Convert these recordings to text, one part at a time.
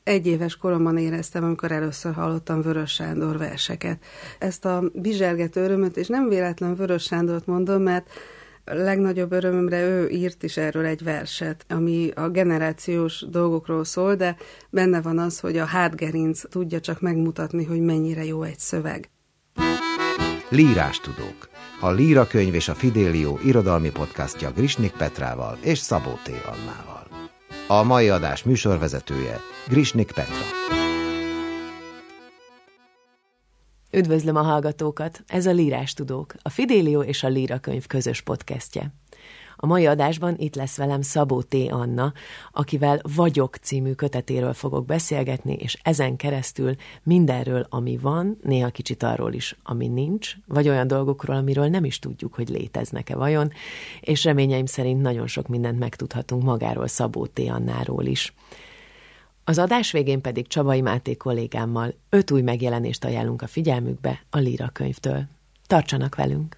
1 éves koromban éreztem, amikor először hallottam Vörös Sándor verseket. Ezt a bizsergető örömöt, és nem véletlen Vörös Sándort mondom, mert a legnagyobb örömömre ő írt is erről egy verset, ami a generációs dolgokról szól, de benne van az, hogy a hátgerinc tudja csak megmutatni, hogy mennyire jó egy szöveg. Lírástudók. A Líra könyv és a Fidelio irodalmi podcastja Grisnik Petrával és Szabó T. Annával. A mai adás műsorvezetője Grisnik Petra. Üdvözlöm a hallgatókat! Ez a Lírástudók, a Fidelio és a Líra könyv közös podcastje. A mai adásban itt lesz velem Szabó T. Anna, akivel Vagyok című kötetéről fogok beszélgetni, és ezen keresztül mindenről, ami van, néha kicsit arról is, ami nincs, vagy olyan dolgokról, amiről nem is tudjuk, hogy léteznek-e vajon, és reményeim szerint nagyon sok mindent megtudhatunk magáról Szabó T. Annáról is. Az adás végén pedig Csabai Máté kollégámmal 5 új megjelenést ajánlunk a figyelmükbe a Líra könyvtől. Tartsanak velünk!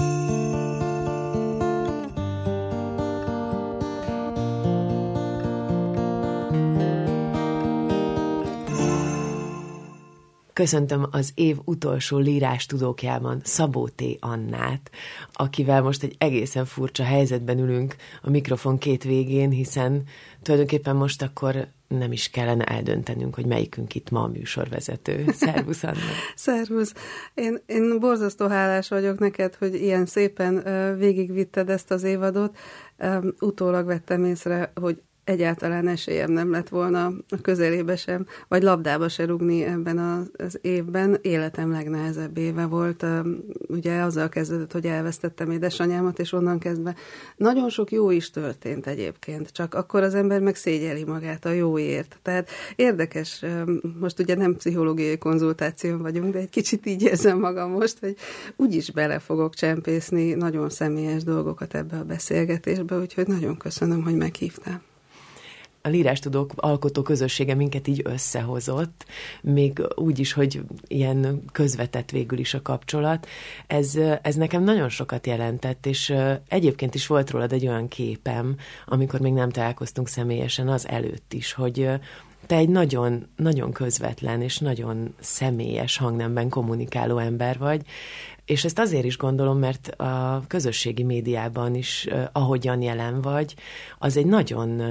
Köszöntöm az év utolsó lírástudókjában Szabó T. Annát, akivel most egy egészen furcsa helyzetben ülünk a mikrofon két végén, hiszen tulajdonképpen most akkor nem is kellene eldöntenünk, hogy melyikünk itt ma a műsorvezető. Szervusz, Anna! Szervusz! Én borzasztó hálás vagyok neked, hogy ilyen szépen végigvitted ezt az évadot. Utólag vettem észre, hogy egyáltalán esélyem nem lett volna a közelébe sem, vagy labdába se rúgni ebben az évben. Életem legnehezebb éve volt. Ugye azzal kezdődött, hogy elvesztettem édesanyámat, és onnan kezdve nagyon sok jó is történt egyébként, csak akkor az ember meg szégyeli magát a jóért. Tehát érdekes, most ugye nem pszichológiai konzultáción vagyunk, de egy kicsit így érzem magam most, hogy úgyis bele fogok csempészni nagyon személyes dolgokat ebbe a beszélgetésbe, úgyhogy nagyon köszönöm, hogy meghívtál. A Lírástudók alkotó közössége minket így összehozott, még úgy is, hogy ilyen közvetett végül is a kapcsolat. Ez nekem nagyon sokat jelentett, és egyébként is volt rólad egy olyan képem, amikor még nem találkoztunk személyesen, az előtt is, hogy te egy nagyon, nagyon közvetlen és nagyon személyes hangnemben kommunikáló ember vagy, és ezt azért is gondolom, mert a közösségi médiában is, ahogyan jelen vagy, az egy nagyon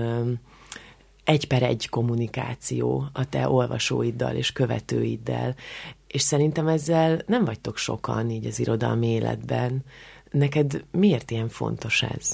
1/1 kommunikáció a te olvasóiddal és követőiddel, és szerintem ezzel nem vagytok sokan így az irodalmi életben. Neked miért ilyen fontos ez?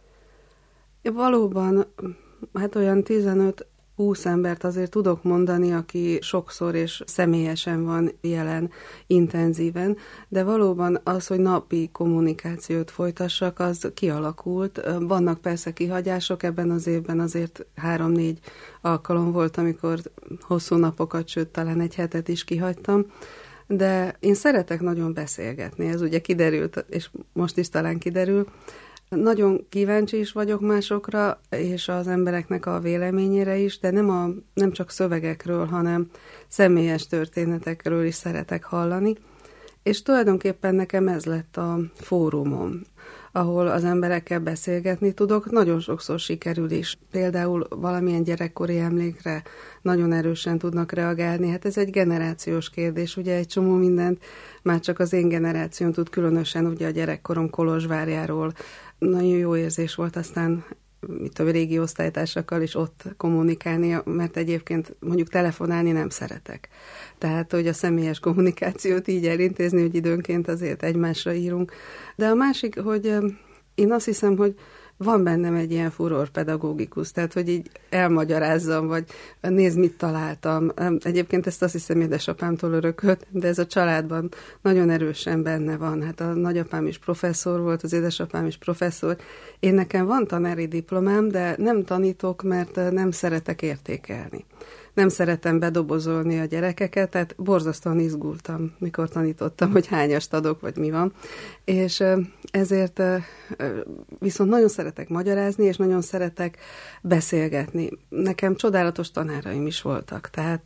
Valóban, hát olyan 15-20 embert azért tudok mondani, aki sokszor és személyesen van jelen, intenzíven, de valóban az, hogy napi kommunikációt folytassak, az kialakult. Vannak persze kihagyások, ebben az évben azért 3-4 alkalom volt, amikor hosszú napokat, sőt talán egy hetet is kihagytam, de én szeretek nagyon beszélgetni, ez ugye kiderült, és most is talán kiderül. Nagyon kíváncsi is vagyok másokra, és az embereknek a véleményére is, de nem csak szövegekről, hanem személyes történetekről is szeretek hallani. És tulajdonképpen nekem ez lett a fórumom, ahol az emberekkel beszélgetni tudok. Nagyon sokszor sikerül is. Például valamilyen gyerekkori emlékre nagyon erősen tudnak reagálni. Hát ez egy generációs kérdés, ugye egy csomó mindent már csak az én generációm tud, különösen ugye a gyerekkorom Kolozsvárjáról. Nagyon jó érzés volt aztán a régi osztálytársakkal is ott kommunikálni, mert egyébként mondjuk telefonálni nem szeretek. Tehát, hogy a személyes kommunikációt így elintézni, hogy időnként azért egymásra írunk. De a másik, hogy én azt hiszem, hogy van bennem egy ilyen furor pedagógikus, tehát, hogy így elmagyarázzam, vagy nézd, mit találtam. Egyébként ezt azt hiszem édesapámtól örökölt, de ez a családban nagyon erősen benne van. Hát a nagyapám is professzor volt, az édesapám is professzor. Én nekem van tanári diplomám, de nem tanítok, mert nem szeretek értékelni. Nem szeretem bedobozolni a gyerekeket, tehát borzasztóan izgultam, mikor tanítottam, hogy hányast adok, vagy mi van. És ezért viszont nagyon szeretek magyarázni, és nagyon szeretek beszélgetni. Nekem csodálatos tanáraim is voltak, tehát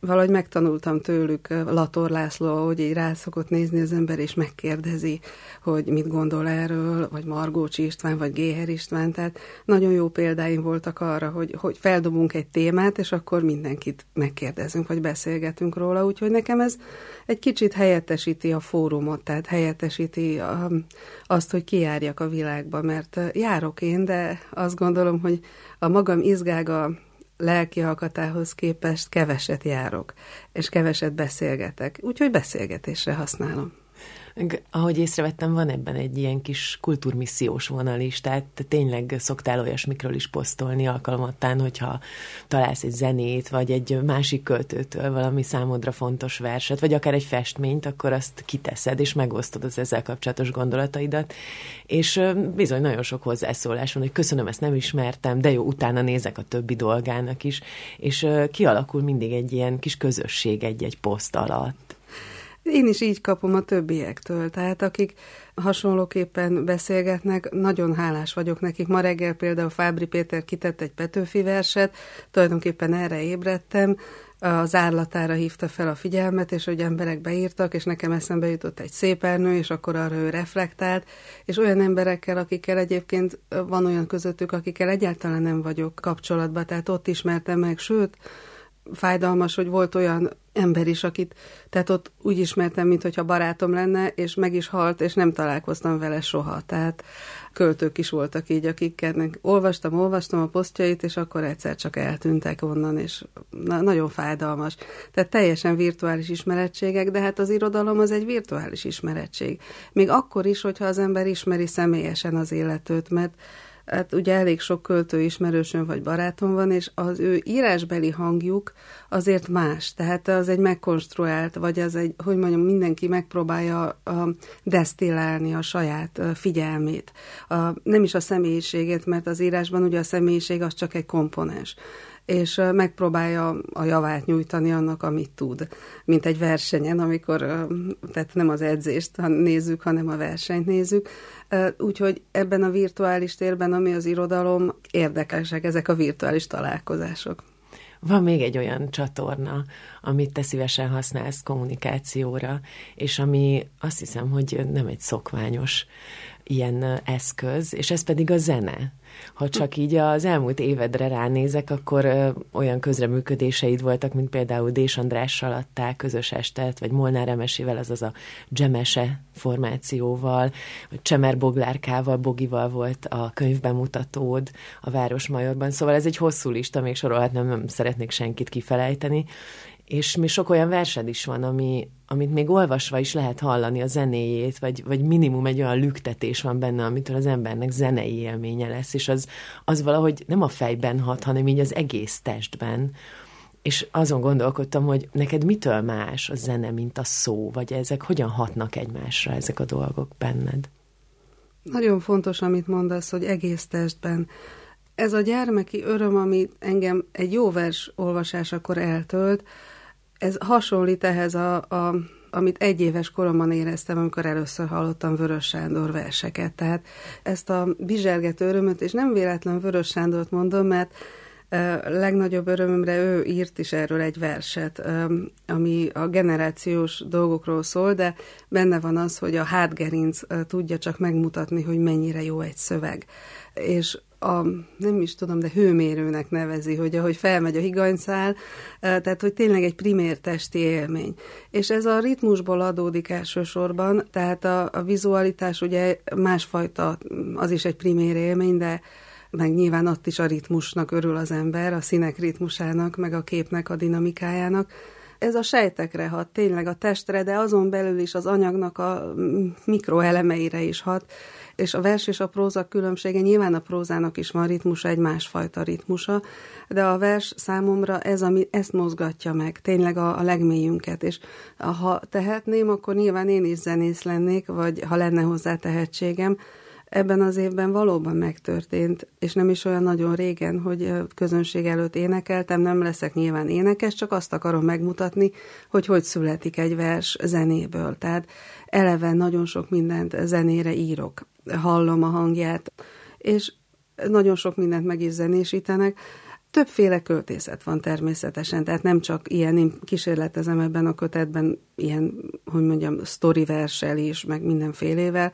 valahogy megtanultam tőlük, Lator László, hogy így rá szokott nézni az ember, és megkérdezi, hogy mit gondol erről, vagy Margócsi István, vagy Géher István, tehát nagyon jó példáim voltak arra, hogy feldobunk egy témát, és akkor mindenkit megkérdezünk, vagy beszélgetünk róla, úgyhogy nekem ez egy kicsit helyettesíti a fórumot, tehát helyettesíti azt, hogy kijárjak a világba, mert járok én, de azt gondolom, hogy a magam izgága lelki alkatához képest keveset járok, és keveset beszélgetek, úgyhogy beszélgetésre használom. Ahogy észrevettem, van ebben egy ilyen kis kultúrmissziós vonal is, tehát te tényleg szoktál olyasmikről is posztolni alkalmattán, hogyha találsz egy zenét, vagy egy másik költőtől valami számodra fontos verset, vagy akár egy festményt, akkor azt kiteszed, és megosztod az ezzel kapcsolatos gondolataidat, és bizony nagyon sok hozzászólás van, hogy köszönöm, ezt nem ismertem, de jó, utána nézek a többi dolgának is, és kialakul mindig egy ilyen kis közösség egy poszt alatt. Én is így kapom a többiektől, tehát akik hasonlóképpen beszélgetnek, nagyon hálás vagyok nekik. Ma reggel például Fábri Péter kitett egy Petőfi verset, tulajdonképpen erre ébredtem, a zárlatára hívta fel a figyelmet, és hogy emberek beírtak, és nekem eszembe jutott egy szépernő, és akkor arra ő reflektált, és olyan emberekkel, akikkel egyébként van olyan közöttük, akikkel egyáltalán nem vagyok kapcsolatban, tehát ott ismertem meg, sőt, fájdalmas, hogy volt olyan ember is, akit, tehát ott úgy ismertem, mintha barátom lenne, és meg is halt, és nem találkoztam vele soha. Tehát költők is voltak így, akiknek olvastam a posztjait, és akkor egyszer csak eltűntek onnan, és nagyon fájdalmas. Tehát teljesen virtuális ismerettségek, de hát az irodalom az egy virtuális ismerettség. Még akkor is, hogyha az ember ismeri személyesen az illetőt, mert hát ugye elég sok költő ismerősöm vagy barátom van, és az ő írásbeli hangjuk azért más. Tehát az egy megkonstruált, vagy az egy, hogy mondjam, mindenki megpróbálja desztillálni a saját figyelmét. Nem is a személyiségét, mert az írásban ugye a személyiség az csak egy komponens, és megpróbálja a javát nyújtani annak, amit tud. Mint egy versenyen, amikor, tehát nem az edzést nézzük, hanem a versenyt nézzük. Úgyhogy ebben a virtuális térben, ami az irodalom, érdekesek ezek a virtuális találkozások. Van még egy olyan csatorna, amit te szívesen használsz kommunikációra, és ami azt hiszem, hogy nem egy szokványos ilyen eszköz, és ez pedig a zene. Ha csak így az elmúlt évedre ránézek, akkor olyan közreműködéseid voltak, mint például Dés Andrással adtál közös estet, vagy Molnár Emesével, azaz a Dzsemese formációval, vagy Csemer Boglárkával, Bogival volt a könyvbemutatód a Városmajorban. Szóval ez egy hosszú lista, még sorolhatnám, nem szeretnék senkit kifelejteni. És mi sok olyan versed is van, amit még olvasva is lehet hallani a zenéjét, vagy minimum egy olyan lüktetés van benne, amitől az embernek zenei élménye lesz, és az valahogy nem a fejben hat, hanem így az egész testben. És azon gondolkodtam, hogy neked mitől más a zene, mint a szó, vagy ezek hogyan hatnak egymásra, ezek a dolgok benned? Nagyon fontos, amit mondasz, hogy egész testben. Ez a gyermeki öröm, ami engem egy jó vers olvasásakor eltölt, ez hasonlít ehhez, amit egyéves koromban éreztem, amikor először hallottam Vörös Sándor verseket. Tehát ezt a bizsergető örömöt, és nem véletlen Vörös Sándort mondom, mert legnagyobb örömömre ő írt is erről egy verset, ami a generációs dolgokról szól, de benne van az, hogy a hátgerinc tudja csak megmutatni, hogy mennyire jó egy szöveg. És nem is tudom, de hőmérőnek nevezi, hogy ahogy felmegy a higanyszál, tehát hogy tényleg egy primér testi élmény. És ez a ritmusból adódik elsősorban, tehát a vizualitás ugye másfajta, az is egy primér élmény, de meg nyilván ott is a ritmusnak örül az ember, a színek ritmusának, meg a képnek a dinamikájának. Ez a sejtekre hat, tényleg a testre, de azon belül is az anyagnak a mikroelemeire is hat, és a vers és a próza különbsége, nyilván a prózának is van ritmusa, egy másfajta ritmusa, de a vers számomra ez, ami ezt mozgatja meg, tényleg a legmélyünket, és ha tehetném, akkor nyilván én is zenész lennék, vagy ha lenne hozzá tehetségem. Ebben az évben valóban megtörtént, és nem is olyan nagyon régen, hogy közönség előtt énekeltem, nem leszek nyilván énekes, csak azt akarom megmutatni, hogy születik egy vers zenéből. Tehát eleve nagyon sok mindent zenére írok, hallom a hangját, és nagyon sok mindent meg is zenésítenek. Többféle költészet van természetesen, tehát nem csak ilyen, én kísérletezem ebben a kötetben ilyen, hogy mondjam, sztori verssel is, meg mindenfélével,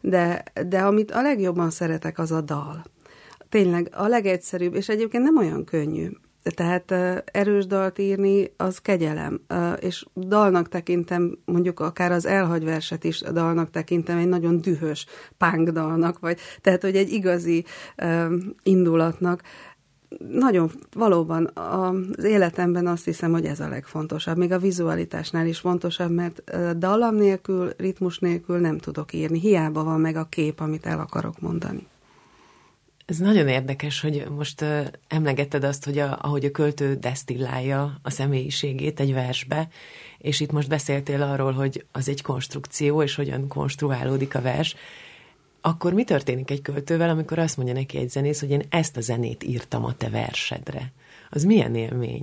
de amit a legjobban szeretek, az a dal. Tényleg a legegyszerűbb, és egyébként nem olyan könnyű. Tehát erős dalt írni, az kegyelem, és dalnak tekintem, mondjuk akár az Elhagy verset is dalnak tekintem, egy nagyon dühös punk dalnak, vagy tehát, hogy egy igazi indulatnak. Nagyon valóban az életemben azt hiszem, hogy ez a legfontosabb, még a vizualitásnál is fontosabb, mert dallam nélkül, ritmus nélkül nem tudok írni, hiába van meg a kép, amit el akarok mondani. Ez nagyon érdekes, hogy most emlegetted azt, hogy ahogy a költő desztillálja a személyiségét egy versbe, és itt most beszéltél arról, hogy az egy konstrukció, és hogyan konstruálódik a vers. Akkor mi történik egy költővel, amikor azt mondja neki egy zenész, hogy én ezt a zenét írtam a te versedre? Az milyen élmény?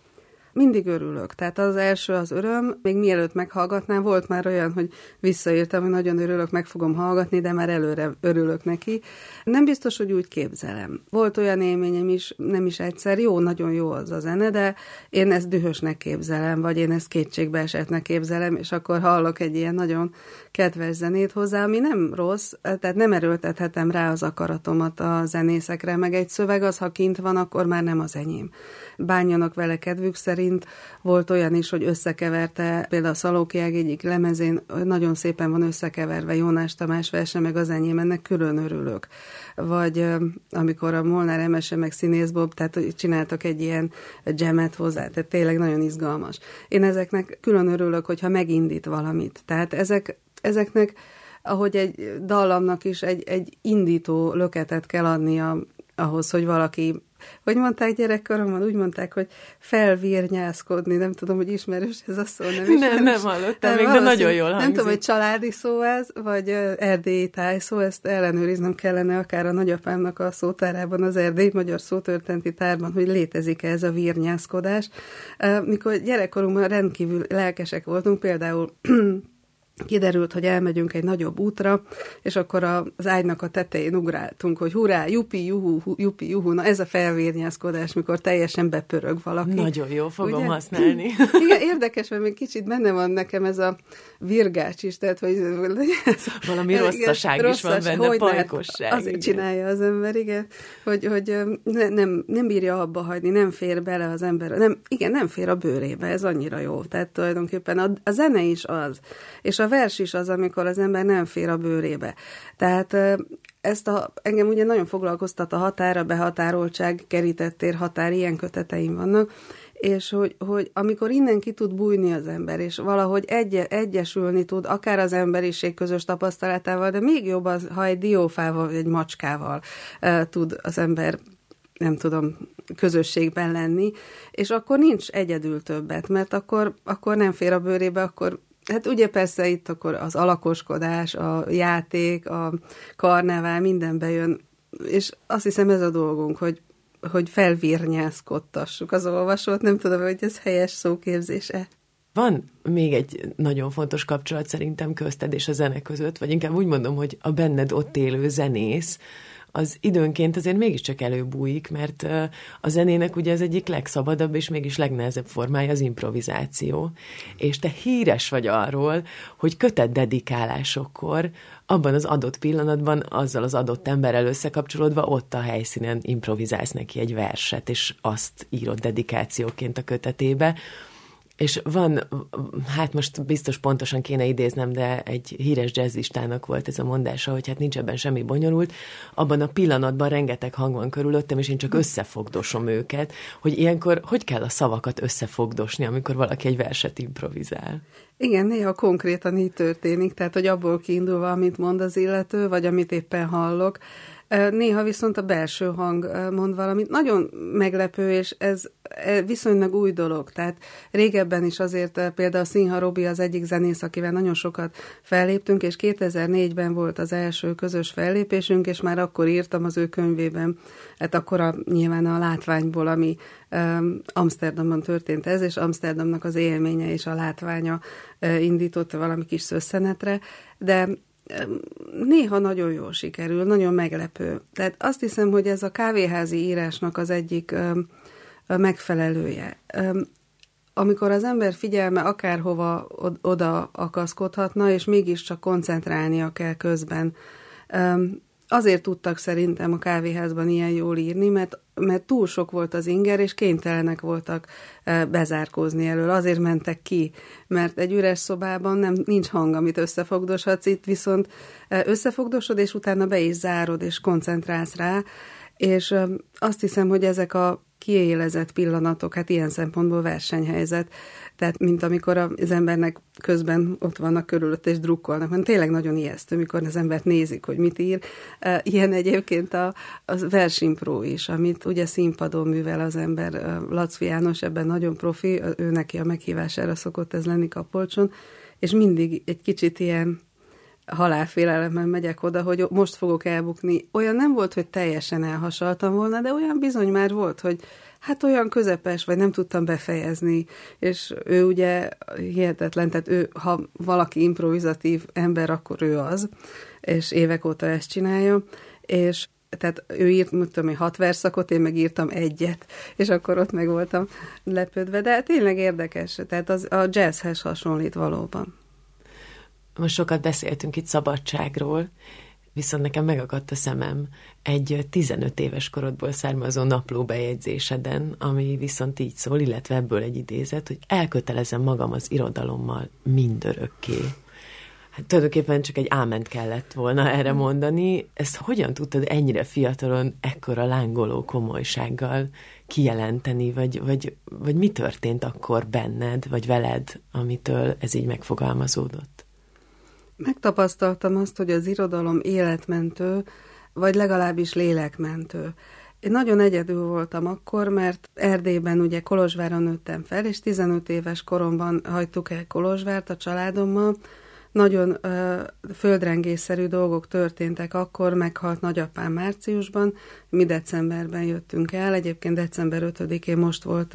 Mindig örülök. Tehát az első az öröm, még mielőtt meghallgatnám, volt már olyan, hogy visszaírtam, hogy nagyon örülök, meg fogom hallgatni, de már előre örülök neki. Nem biztos, hogy úgy képzelem. Volt olyan élményem is, nem is egyszer, nagyon jó az a zene, de én ezt dühösnek képzelem, vagy én ezt kétségbeesettnek képzelem, és akkor hallok egy ilyen nagyon kedves zenét hozzá, ami nem rossz, tehát nem erőltethetem rá az akaratomat a zenészekre, meg egy szöveg az, ha kint van, akkor már nem az enyém. Bánjanak vele kedvük szerint. Volt olyan is, hogy összekeverte, például a Szalóki Ág egyik lemezén nagyon szépen van összekeverve Jónás Tamás verse, meg az enyém, ennek külön örülök. Vagy amikor a Molnár Emese, meg Színész Bob, tehát csináltak egy ilyen jamet hozzá, tehát tényleg nagyon izgalmas. Én ezeknek külön örülök, hogyha megindít valamit. Tehát ezeknek, ahogy egy dallamnak is egy indító löketet kell adnia ahhoz, hogy valaki, hogy mondták gyerekkoromban, úgy mondták, hogy felvirnyászkodni, nem tudom, hogy ismerős ez a szó, nem ismerős. Nem hallottam még, de nagyon jól hangzik. Nem tudom, hogy családi szó ez, vagy erdélyi tájszó, ezt ellenőriznem kellene akár a nagyapámnak a szótárában, az erdélyi magyar szótörténeti tárban, hogy létezik-e ez a virnyászkodás. Mikor gyerekkorunkban rendkívül lelkesek voltunk, például kiderült, hogy elmegyünk egy nagyobb útra, és akkor az ágynak a tetején ugráltunk, hogy hurrá, jupi, juhu, na ez a felvérnyászkodás, mikor teljesen bepörög valaki. Nagyon jó, fogom használni. Igen, érdekes, mert még kicsit benne van nekem ez a virgács is, tehát, hogy valami rosszaság is van benne, pajkosság. Azért csinálja az ember, igen, hogy nem bírja abba hagyni, nem fér bele az ember, nem fér a bőrébe, ez annyira jó. Tehát tulajdonképpen a zene is az, és a vers is az, amikor az ember nem fér a bőrébe. Tehát engem ugye nagyon foglalkoztat a határ, a behatároltság, kerített tér, határ, ilyen köteteim vannak, és hogy amikor innen ki tud bújni az ember, és valahogy egyesülni tud, akár az emberiség közös tapasztalatával, de még jobb az, ha egy diófával, vagy egy macskával tud az ember, nem tudom, közösségben lenni, és akkor nincs egyedül többet, mert akkor nem fér a bőrébe, akkor hát ugye persze itt akkor az alakoskodás, a játék, a karnevál, minden bejön, és azt hiszem ez a dolgunk, hogy felvirnyászkodtassuk az olvasót, nem tudom, hogy ez helyes szóképzése. Van még egy nagyon fontos kapcsolat szerintem közted és a zene között, vagy inkább úgy mondom, hogy a benned ott élő zenész, az időnként azért mégiscsak előbújik, mert a zenének ugye az egyik legszabadabb és mégis legnehezebb formája az improvizáció. És te híres vagy arról, hogy kötet dedikálásokkor abban az adott pillanatban azzal az adott emberrel összekapcsolódva ott a helyszínen improvizálsz neki egy verset, és azt írod dedikációként a kötetébe. És van, hát most biztos pontosan kéne idéznem, de egy híres jazzistának volt ez a mondása, hogy hát nincs ebben semmi bonyolult, abban a pillanatban rengeteg hang van körülöttem, és én csak összefogdosom őket, hogy ilyenkor hogy kell a szavakat összefogdosni, amikor valaki egy verset improvizál? Igen, néha konkrétan így történik, tehát hogy abból kiindulva, amit mond az illető, vagy amit éppen hallok. Néha viszont a belső hang mond valamit. Nagyon meglepő, és ez viszonylag új dolog. Tehát régebben is azért például Színha Robi az egyik zenész, akivel nagyon sokat felléptünk, és 2004-ben volt az első közös fellépésünk, és már akkor írtam az ő könyvében, hát akkor nyilván a látványból, ami Amsterdamban történt ez, és Amsterdamnak az élménye és a látványa indított valami kis szösszenetre, de néha nagyon jól sikerül, nagyon meglepő. Tehát azt hiszem, hogy ez a kávéházi írásnak az egyik megfelelője. Amikor az ember figyelme akárhova oda akaszkodhatna, és mégiscsak koncentrálnia kell közben. Azért tudtak szerintem a kávéházban ilyen jól írni, mert túl sok volt az inger, és kénytelenek voltak bezárkózni elől. Azért mentek ki, mert egy üres szobában nincs hang, amit összefogdoshatsz, itt viszont összefogdosod, és utána be is zárod, és koncentrálsz rá, és azt hiszem, hogy ezek a kiélezett pillanatok, hát ilyen szempontból versenyhelyzet, tehát mint amikor az embernek közben ott vannak körülött és drukkolnak, mert tényleg nagyon ijesztő, mikor az embert nézik, hogy mit ír. Ilyen egyébként a versimpró is, amit ugye színpadon művel az ember. Laczfi János ebben nagyon profi, ő neki a meghívására szokott ez lenni Kapolcson, és mindig egy kicsit ilyen halálfélelemmel megyek oda, hogy most fogok elbukni. Olyan nem volt, hogy teljesen elhasaltam volna, de olyan bizony már volt, hogy hát olyan közepes, vagy nem tudtam befejezni, és ő ugye hihetetlen, tehát ő, ha valaki improvizatív ember, akkor ő az, és évek óta ezt csinálja, és tehát ő írt, mondtam, 6 verszakot, én meg írtam 1, és akkor ott meg voltam lepődve, de tényleg érdekes, tehát az a jazzhez hasonlít valóban. Most sokat beszéltünk itt szabadságról, viszont nekem megakadt a szemem egy 15 éves korodból származó naplóbejegyzéseden, ami viszont így szól, illetve ebből egy idézet, hogy elkötelezem magam az irodalommal mindörökké. Hát tulajdonképpen csak egy áment kellett volna erre mondani. Ezt hogyan tudtad ennyire fiatalon, ekkora lángoló komolysággal kijelenteni, vagy mi történt akkor benned, vagy veled, amitől ez így megfogalmazódott? Megtapasztaltam azt, hogy az irodalom életmentő, vagy legalábbis lélekmentő. Én nagyon egyedül voltam akkor, mert Erdélyben ugye Kolozsváron nőttem fel, és 15 éves koromban hagytuk el Kolozsvárt a családommal. Nagyon földrengésszerű dolgok történtek akkor, meghalt nagyapám márciusban, mi decemberben jöttünk el, egyébként december 5-én most volt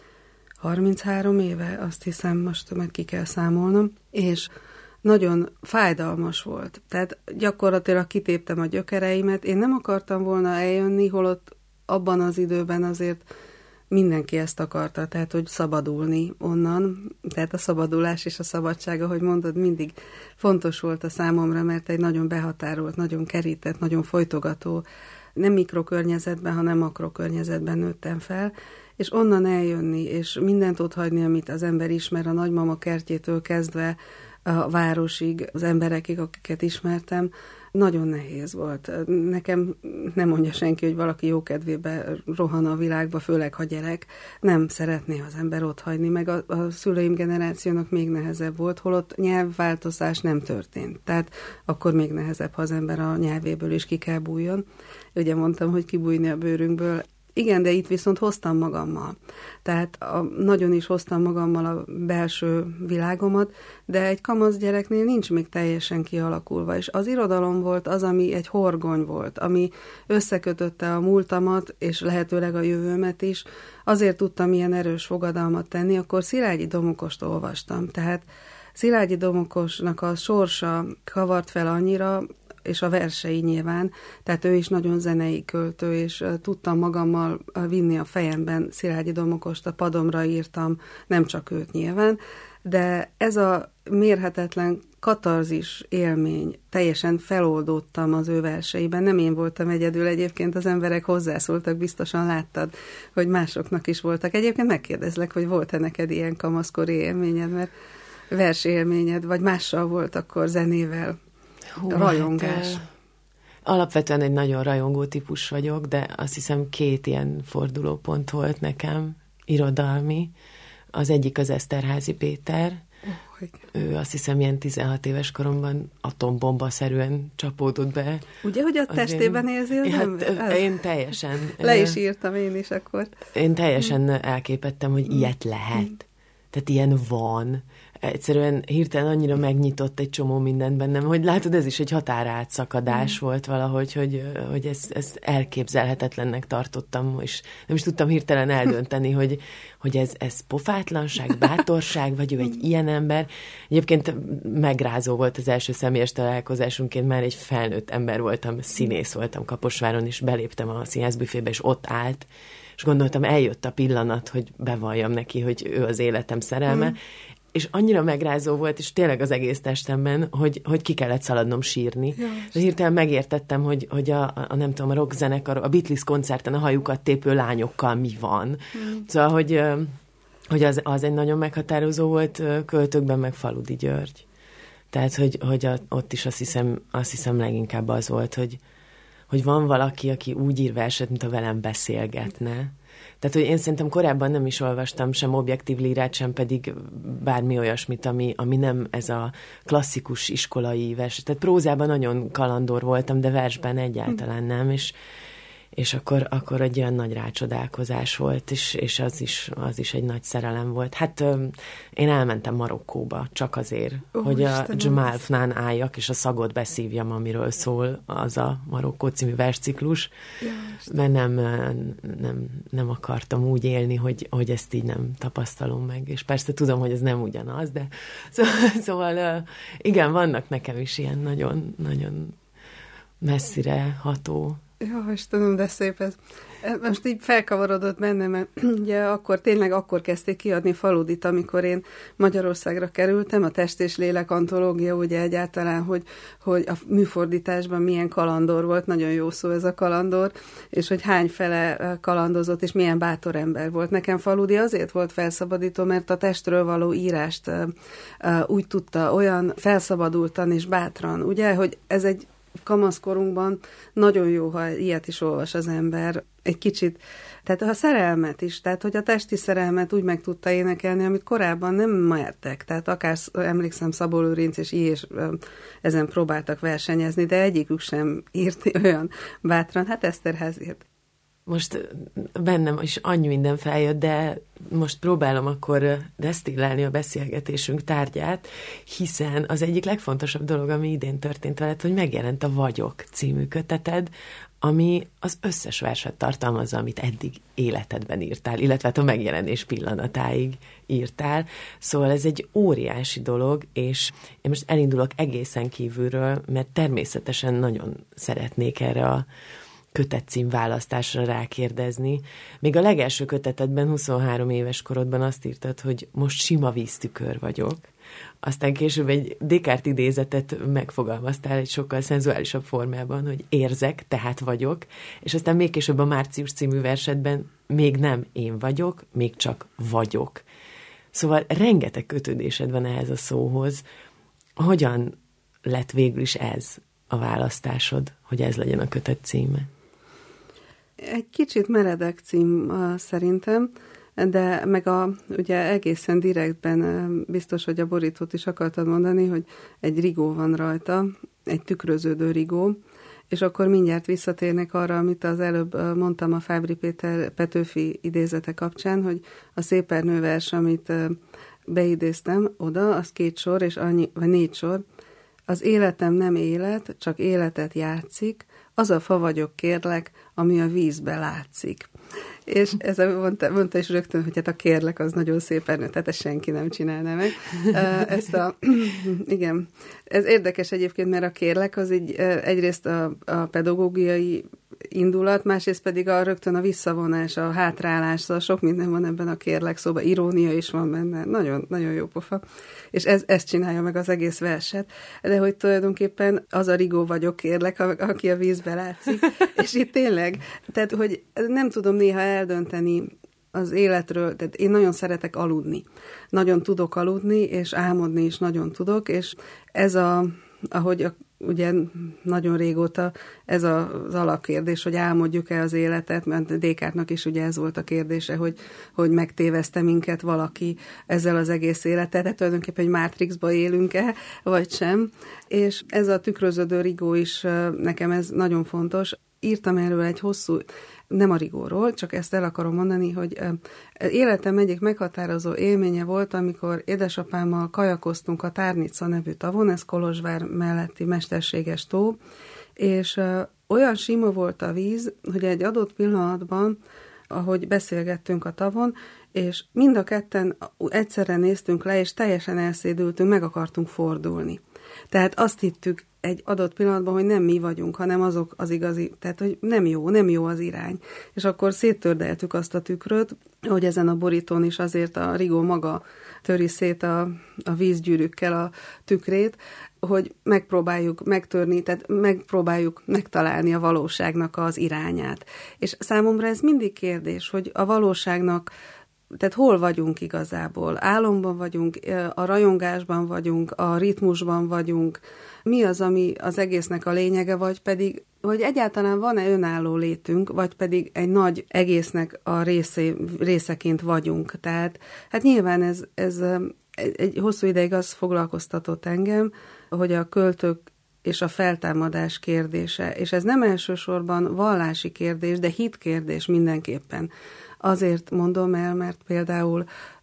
33 éve, azt hiszem, most meg ki kell számolnom, és nagyon fájdalmas volt. Tehát gyakorlatilag kitéptem a gyökereimet. Én nem akartam volna eljönni, holott abban az időben azért mindenki ezt akarta, tehát hogy szabadulni onnan. Tehát a szabadulás és a szabadság, ahogy mondod, mindig fontos volt a számomra, mert egy nagyon behatárolt, nagyon kerített, nagyon folytogató, nem mikrokörnyezetben, hanem makrokörnyezetben nőttem fel, és onnan eljönni, és mindent otthagyni, amit az ember ismer, a nagymama kertjétől kezdve a városig, az emberekig, akiket ismertem, nagyon nehéz volt. Nekem nem mondja senki, hogy valaki jókedvébe rohan a világba, főleg ha gyerek. Nem szeretné az ember otthagyni, meg a szüleim generációnak még nehezebb volt, holott nyelvváltozás nem történt. Tehát akkor még nehezebb, ha az ember a nyelvéből is ki kell bújjon. Ugye mondtam, hogy kibújni a bőrünkből. Igen, de itt viszont hoztam magammal. Tehát nagyon is hoztam magammal a belső világomat, de egy kamasz gyereknél nincs még teljesen kialakulva, és az irodalom volt az, ami egy horgony volt, ami összekötötte a múltamat, és lehetőleg a jövőmet is. Azért tudtam ilyen erős fogadalmat tenni, akkor Szilágyi Domokost olvastam. Tehát Szilágyi Domokosnak a sorsa kavart fel annyira, és a versei nyilván, tehát ő is nagyon zenei költő, és tudtam magammal vinni a fejemben Szilágyi Domokost, a padomra írtam, nem csak őt nyilván, de ez a mérhetetlen katarzis élmény, teljesen feloldódtam az ő verseiben, nem én voltam egyedül, egyébként az emberek hozzászóltak, biztosan láttad, hogy másoknak is voltak. Egyébként megkérdezlek, hogy volt-e neked ilyen kamaszkori élményed, mert versélményed, vagy mással volt akkor zenével? Rajongás. Hát, alapvetően egy nagyon rajongó típus vagyok, de azt hiszem 2 ilyen fordulópont volt nekem, irodalmi. Az egyik az Eszterházy Péter. Ő azt hiszem ilyen 16 éves koromban atombomba-szerűen csapódott be. Ugye, hogy a testében érzi az ember? Hát, én teljesen... Le is írtam én is akkor. Én teljesen elképettem, hogy ilyet lehet. Tehát ilyen van. egyszerűen hirtelen annyira megnyitott egy csomó mindent bennem, hogy látod, ez is egy határátszakadás volt valahogy, hogy ezt elképzelhetetlennek tartottam, és nem is tudtam hirtelen eldönteni, hogy ez pofátlanság, bátorság, vagy ő egy ilyen ember. Egyébként megrázó volt az első személyes találkozásunk, én már egy felnőtt ember voltam, színész voltam Kaposváron, és beléptem a színházbüfébe, és ott állt, és gondoltam, eljött a pillanat, hogy bevalljam neki, hogy ő az életem szerelme, és annyira megrázó volt, és tényleg az egész testemben, hogy ki kellett szaladnom sírni. De hirtelen megértettem, hogy a nem tudom, a rockzenekar, a Beatles koncerten a hajukat tépő lányokkal mi van. Szóval, hogy az egy nagyon meghatározó volt Költőkben, meg Faludi György. Tehát, hogy ott is azt hiszem leginkább az volt, hogy van valaki, aki úgy ír verset, mint ha velem beszélgetne. Tehát, hogy én szerintem korábban nem is olvastam sem objektív lírát, sem pedig bármi olyasmit, ami nem ez a klasszikus iskolai vers. Tehát prózában nagyon kalandor voltam, de versben egyáltalán nem, és akkor egy olyan nagy rácsodálkozás volt, és az is egy nagy szerelem volt. Hát én elmentem Marokkóba csak azért, hogy a Jamal Fnán álljak, és a szagot beszívjam, amiről szól az a Marokkó című versciklus, mert nem akartam úgy élni, hogy ezt így nem tapasztalom meg. És persze tudom, hogy ez nem ugyanaz, de szóval igen, vannak nekem is ilyen nagyon, nagyon messzire ható. Ja, Istenem, de szép ez. Most így felkavarodott bennem, mert ugye akkor kezdték kiadni Faludit, amikor én Magyarországra kerültem, a Test és Lélek antológia, ugye egyáltalán, hogy a műfordításban milyen kalandor volt, nagyon jó szó ez a kalandor, és hogy hány fele kalandozott, és milyen bátor ember volt. Nekem Faludi azért volt felszabadító, mert a testről való írást úgy tudta, olyan felszabadultan és bátran, ugye, hogy ez egy kamaszkorunkban nagyon jó, ha ilyet is olvas az ember, egy kicsit, tehát a szerelmet is, tehát hogy a testi szerelmet úgy meg tudta énekelni, amit korábban nem mertek, tehát akár emlékszem Szabó Lőrinc és ezen próbáltak versenyezni, de egyikük sem írt olyan bátran, hát Eszterházyért. Most bennem is annyi minden feljött, de most próbálom akkor desztillálni a beszélgetésünk tárgyát, hiszen az egyik legfontosabb dolog, ami idén történt veled, hogy megjelent a Vagyok című köteted, ami az összes verset tartalmazza, amit eddig életedben írtál, illetve a megjelenés pillanatáig írtál. Szóval ez egy óriási dolog, és én most elindulok egészen kívülről, mert természetesen nagyon szeretnék erre a kötetcím választásra rákérdezni. Még a legelső kötetedben, 23 éves korodban azt írtad, hogy most sima víztükör vagyok. Aztán később egy Descartes idézetet megfogalmaztál egy sokkal szenzuálisabb formában, hogy érzek, tehát vagyok, és aztán még később a Március című versedben még nem én vagyok, még csak vagyok. Szóval rengeteg kötődésed van ehhez a szóhoz. Hogyan lett végül is ez a választásod, hogy ez legyen a kötet címe? Egy kicsit meredek cím szerintem, de meg ugye egészen direktben biztos, hogy a borítót is akartad mondani, hogy egy rigó van rajta, egy tükröződő rigó, és akkor mindjárt visszatérnek arra, amit az előbb mondtam a Fábry Péter Petőfi idézete kapcsán, hogy a Szépernő vers, amit beidéztem oda, az 2 sor, és annyi, vagy 4 sor. Az életem nem élet, csak életet játszik, az a fa vagyok, kérlek, ami a vízbe látszik. És ez mondta is rögtön, hogy hát a kérlek az nagyon szépen, tehát ezt senki nem csinálná meg. Igen. Ez érdekes egyébként, mert a kérlek az egyrészt a pedagógiai indulat, másrészt pedig rögtön a visszavonás, a hátrálás, szóval sok minden van ebben a kérlek szóban, irónia is van benne, nagyon, nagyon jó pofa. És ezt csinálja meg az egész verset, de hogy tulajdonképpen az a rigó vagyok, kérlek, aki a vízbe látszik. És itt tényleg, tehát hogy nem tudom néha eldönteni az életről, tehát én nagyon szeretek aludni. Nagyon tudok aludni, és álmodni is nagyon tudok, és ez ahogy ugye nagyon régóta ez az alapkérdés, hogy álmodjuk-e az életet, mert Descartesnak is ugye ez volt a kérdése, hogy megtéveszte minket valaki ezzel az egész életet, tehát tulajdonképpen egy Matrixba élünk-e, vagy sem. És ez a tükröződő rigó is nekem ez nagyon fontos. Írtam erről egy hosszú nem a Rigóról, csak ezt el akarom mondani, hogy életem egyik meghatározó élménye volt, amikor édesapámmal kajakoztunk a Tárnica nevű tavon, ez Kolozsvár melletti mesterséges tó, és olyan sima volt a víz, hogy egy adott pillanatban, ahogy beszélgettünk a tavon, és mind a ketten egyszerre néztünk le, és teljesen elszédültünk, meg akartunk fordulni. Tehát azt hittük egy adott pillanatban, hogy nem mi vagyunk, hanem azok az igazi, tehát hogy nem jó az irány. És akkor széttördeltük azt a tükröt, hogy ezen a borítón is azért a Rigó maga töri szét a vízgyűrűkkel a tükrét, hogy megpróbáljuk megtörni, tehát megpróbáljuk megtalálni a valóságnak az irányát. És számomra ez mindig kérdés, hogy a valóságnak, tehát hol vagyunk igazából? Álomban vagyunk, a rajongásban vagyunk, a ritmusban vagyunk, mi az, ami az egésznek a lényege, vagy pedig, hogy egyáltalán van-e önálló létünk, vagy pedig egy nagy egésznek a részeként vagyunk. Tehát hát nyilván ez egy hosszú ideig az foglalkoztatott engem, hogy a költők és a feltámadás kérdése, és ez nem elsősorban vallási kérdés, de hitkérdés mindenképpen. Azért mondom el, mert például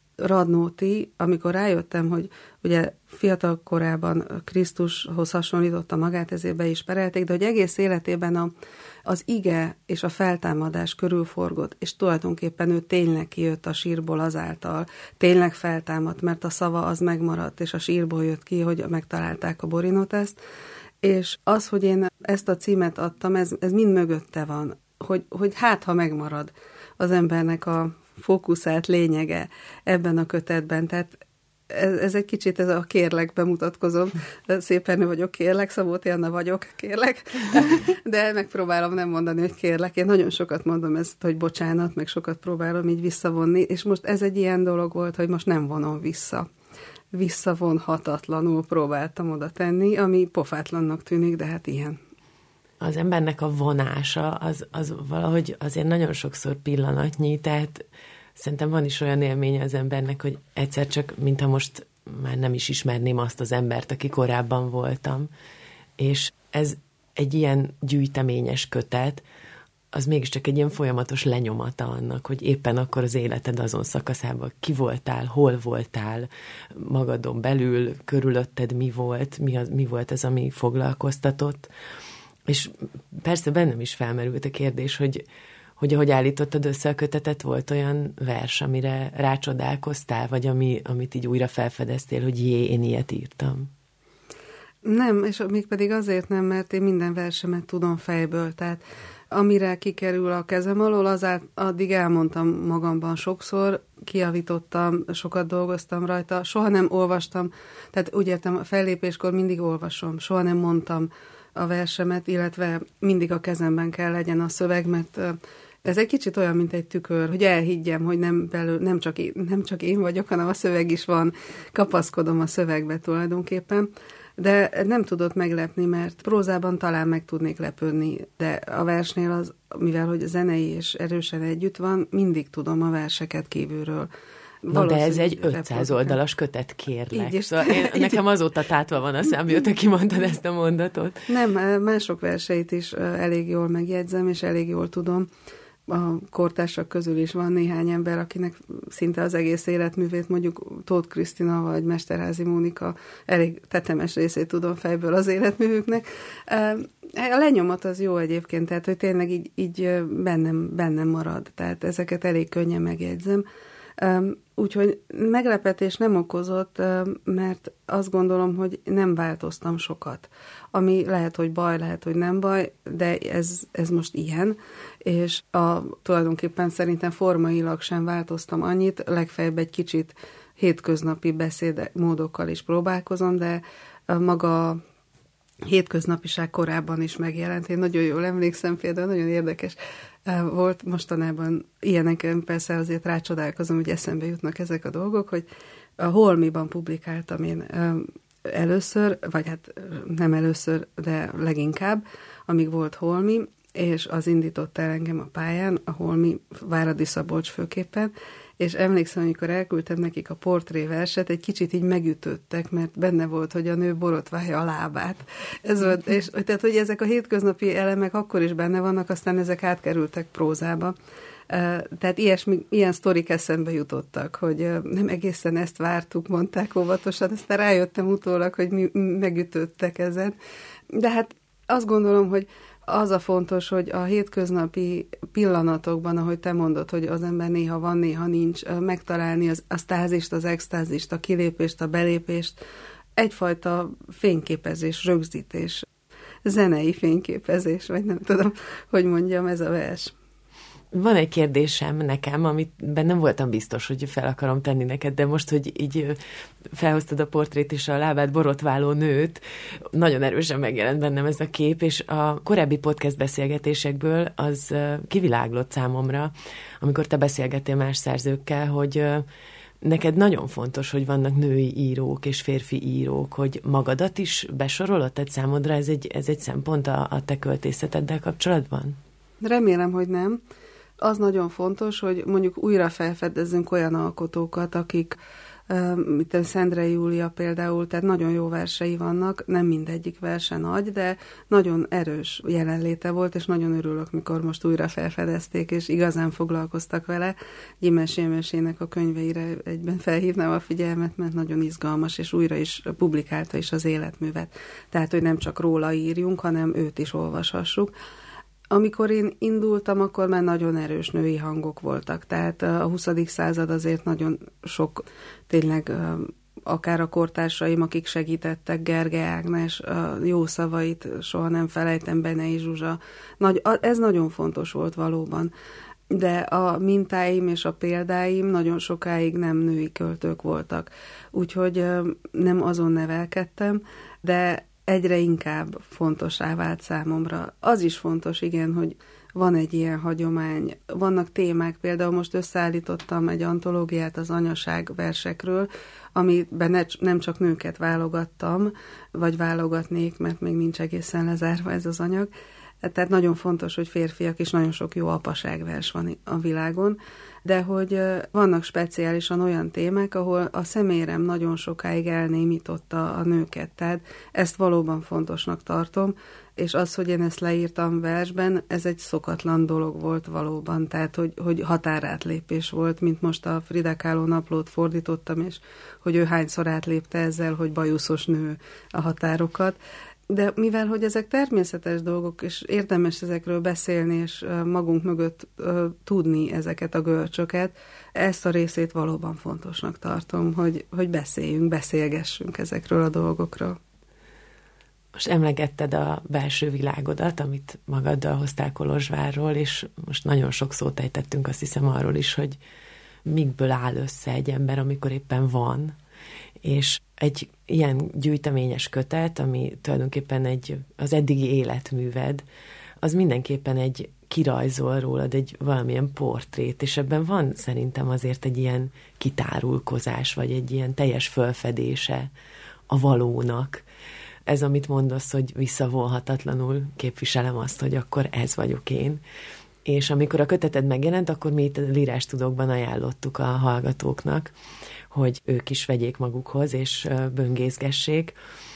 Radnóti, amikor rájöttem, hogy ugye fiatal korában Krisztushoz hasonlította magát, ezért be is perelték, de hogy egész életében az ige és a feltámadás körülforgott, és tulajdonképpen ő tényleg kijött a sírból azáltal, tényleg feltámadt, mert a szava az megmaradt, és a sírból jött ki, hogy megtalálták a Borinoteszt, és az, hogy én ezt a címet adtam, ez mind mögötte van, hogy hát, ha megmarad az embernek a fókuszált lényege ebben a kötetben. Tehát ez egy kicsit, ez a kérlek bemutatkozom. Szépen vagyok, kérlek, Szabóti Anna vagyok, kérlek. De megpróbálom nem mondani, hogy kérlek. Én nagyon sokat mondom ezt, hogy bocsánat, meg sokat próbálom így visszavonni, és most ez egy ilyen dolog volt, hogy most nem vonom vissza. Visszavonhatatlanul próbáltam oda tenni, ami pofátlannak tűnik, de hát ilyen. Az embernek a vonása, az valahogy azért nagyon sokszor pillanatnyi, tehát szerintem van is olyan élménye az embernek, hogy egyszer csak, mintha most már nem is ismerném azt az embert, aki korábban voltam. És ez egy ilyen gyűjteményes kötet, az mégiscsak egy ilyen folyamatos lenyomata annak, hogy éppen akkor az életed azon szakaszában ki voltál, hol voltál, magadon belül, körülötted mi volt ez, ami foglalkoztatott. És persze bennem is felmerült a kérdés, hogy ahogy állítottad össze a kötetet, volt olyan vers, amire rácsodálkoztál, vagy amit így újra felfedeztél, hogy én ilyet írtam? Nem, és mégpedig azért nem, mert én minden versemet tudom fejből, tehát amire kikerül a kezem alól, addig elmondtam magamban sokszor, kijavítottam, sokat dolgoztam rajta, soha nem olvastam, tehát úgy értem, a fellépéskor mindig olvasom, soha nem mondtam a versemet, illetve mindig a kezemben kell legyen a szöveg, mert ez egy kicsit olyan, mint egy tükör, hogy elhiggyem, hogy nem csak én vagyok, hanem a szöveg is van, kapaszkodom a szövegbe tulajdonképpen, de nem tudott meglepni, mert prózában talán meg tudnék lepődni, de a versnél az, mivel hogy zenei és erősen együtt van, mindig tudom a verseket kívülről. Na de ez egy 500 oldalas kötet, kérlek. Szóval nekem azóta tátva van a szám, mióta kimondtad ezt a mondatot. Nem, mások verseit is elég jól megjegyzem, és elég jól tudom. A kortársak közül is van néhány ember, akinek szinte az egész életművét, mondjuk Tóth Krisztina vagy Mesterházy Mónika, elég tetemes részét tudom fejből az életművüknek. A lenyomat az jó egyébként, tehát hogy tényleg így bennem marad, tehát ezeket elég könnyen megjegyzem. Úgyhogy meglepetés nem okozott, mert azt gondolom, hogy nem változtam sokat. Ami lehet, hogy baj, lehet, hogy nem baj, de ez most ilyen, és tulajdonképpen szerintem formailag sem változtam annyit, legfeljebb egy kicsit hétköznapi beszédmódokkal is próbálkozom, de maga hétköznapiság korábban is megjelent. Én nagyon jól emlékszem, például nagyon érdekes volt mostanában ilyeneken, persze azért rácsodálkozom, hogy eszembe jutnak ezek a dolgok, hogy a Holmiban publikáltam én először, vagy hát nem először, de leginkább, amíg volt Holmi, és az indított el engem a pályán, a Holmi, Váradi Szabolcs főképpen, és emlékszem, amikor elküldtem nekik a portréverset, egy kicsit így megütöttek, mert benne volt, hogy a nő borotválja a lábát. Ez volt, és tehát, hogy ezek a hétköznapi elemek akkor is benne vannak, aztán ezek átkerültek prózába. Tehát ilyen sztorik eszembe jutottak, hogy nem egészen ezt vártuk, mondták óvatosan, aztán rájöttem utólag, hogy mi megütöttek ezen. De hát azt gondolom, hogy az a fontos, hogy a hétköznapi pillanatokban, ahogy te mondod, hogy az ember néha van, néha nincs, megtalálni a stázist, az extázist, a kilépést, a belépést, egyfajta fényképezés, rögzítés, zenei fényképezés, vagy nem tudom, hogy mondjam, ez a vers. Van egy kérdésem nekem, amiben nem voltam biztos, hogy fel akarom tenni neked, de most, hogy így felhoztad a portrét és a lábát borotváló nőt, nagyon erősen megjelent bennem ez a kép, és a korábbi podcast beszélgetésekből az kiviláglott számomra, amikor te beszélgettél más szerzőkkel, hogy neked nagyon fontos, hogy vannak női írók és férfi írók, hogy magadat is besorolod, tehát számodra ez egy szempont a te költészeteddel kapcsolatban? Remélem, hogy nem. Az nagyon fontos, hogy mondjuk újra felfedezzünk olyan alkotókat, akik, mint Szendrei Júlia például, tehát nagyon jó versei vannak, nem mindegyik verse nagy, de nagyon erős jelenléte volt, és nagyon örülök, mikor most újra felfedezték, és igazán foglalkoztak vele. Gyimesi Emesének a könyveire egyben felhívnám a figyelmet, mert nagyon izgalmas, és újra is publikálta is az életművet. Tehát, hogy nem csak róla írjunk, hanem őt is olvashassuk. Amikor én indultam, akkor már nagyon erős női hangok voltak, tehát a 20. század azért nagyon sok, tényleg akár a kortársaim, akik segítettek, Gergely Ágnes, a jó szavait soha nem felejtem, Benei Zsuzsa, ez nagyon fontos volt valóban. De a mintáim és a példáim nagyon sokáig nem női költők voltak, úgyhogy nem azon nevelkedtem, de egyre inkább fontossá vált számomra. Az is fontos, igen, hogy van egy ilyen hagyomány, vannak témák, például most összeállítottam egy antológiát az anyaság versekről, amiben nem csak nőket válogattam, vagy válogatnék, mert még nincs egészen lezárva ez az anyag. Tehát nagyon fontos, hogy férfiak, és nagyon sok jó apaságvers van a világon, de hogy vannak speciálisan olyan témák, ahol a szemérem nagyon sokáig elnémította a nőket. Tehát ezt valóban fontosnak tartom, és az, hogy én ezt leírtam versben, ez egy szokatlan dolog volt valóban, tehát hogy határátlépés volt, mint most a Frida Kahlo naplót fordítottam, és hogy ő hányszor átlépte ezzel, hogy bajuszos nő a határokat. De mivel, hogy ezek természetes dolgok, és érdemes ezekről beszélni, és magunk mögött tudni ezeket a görcsöket, ezt a részét valóban fontosnak tartom, hogy beszélgessünk ezekről a dolgokról. Most emlegetted a belső világodat, amit magaddal hoztál Kolozsvárról, és most nagyon sok szót ejtettünk, azt hiszem arról is, hogy mikből áll össze egy ember, amikor éppen van, és egy ilyen gyűjteményes kötet, ami tulajdonképpen az eddigi életműved, az mindenképpen egy kirajzol rólad egy valamilyen portrét, és ebben van szerintem azért egy ilyen kitárulkozás, vagy egy ilyen teljes fölfedése a valónak. Ez, amit mondasz, hogy visszavonhatatlanul képviselem azt, hogy akkor ez vagyok én. És amikor a köteted megjelent, akkor mi itt a Lírástudókban ajánlottuk a hallgatóknak, hogy ők is vegyék magukhoz, és böngészgessék.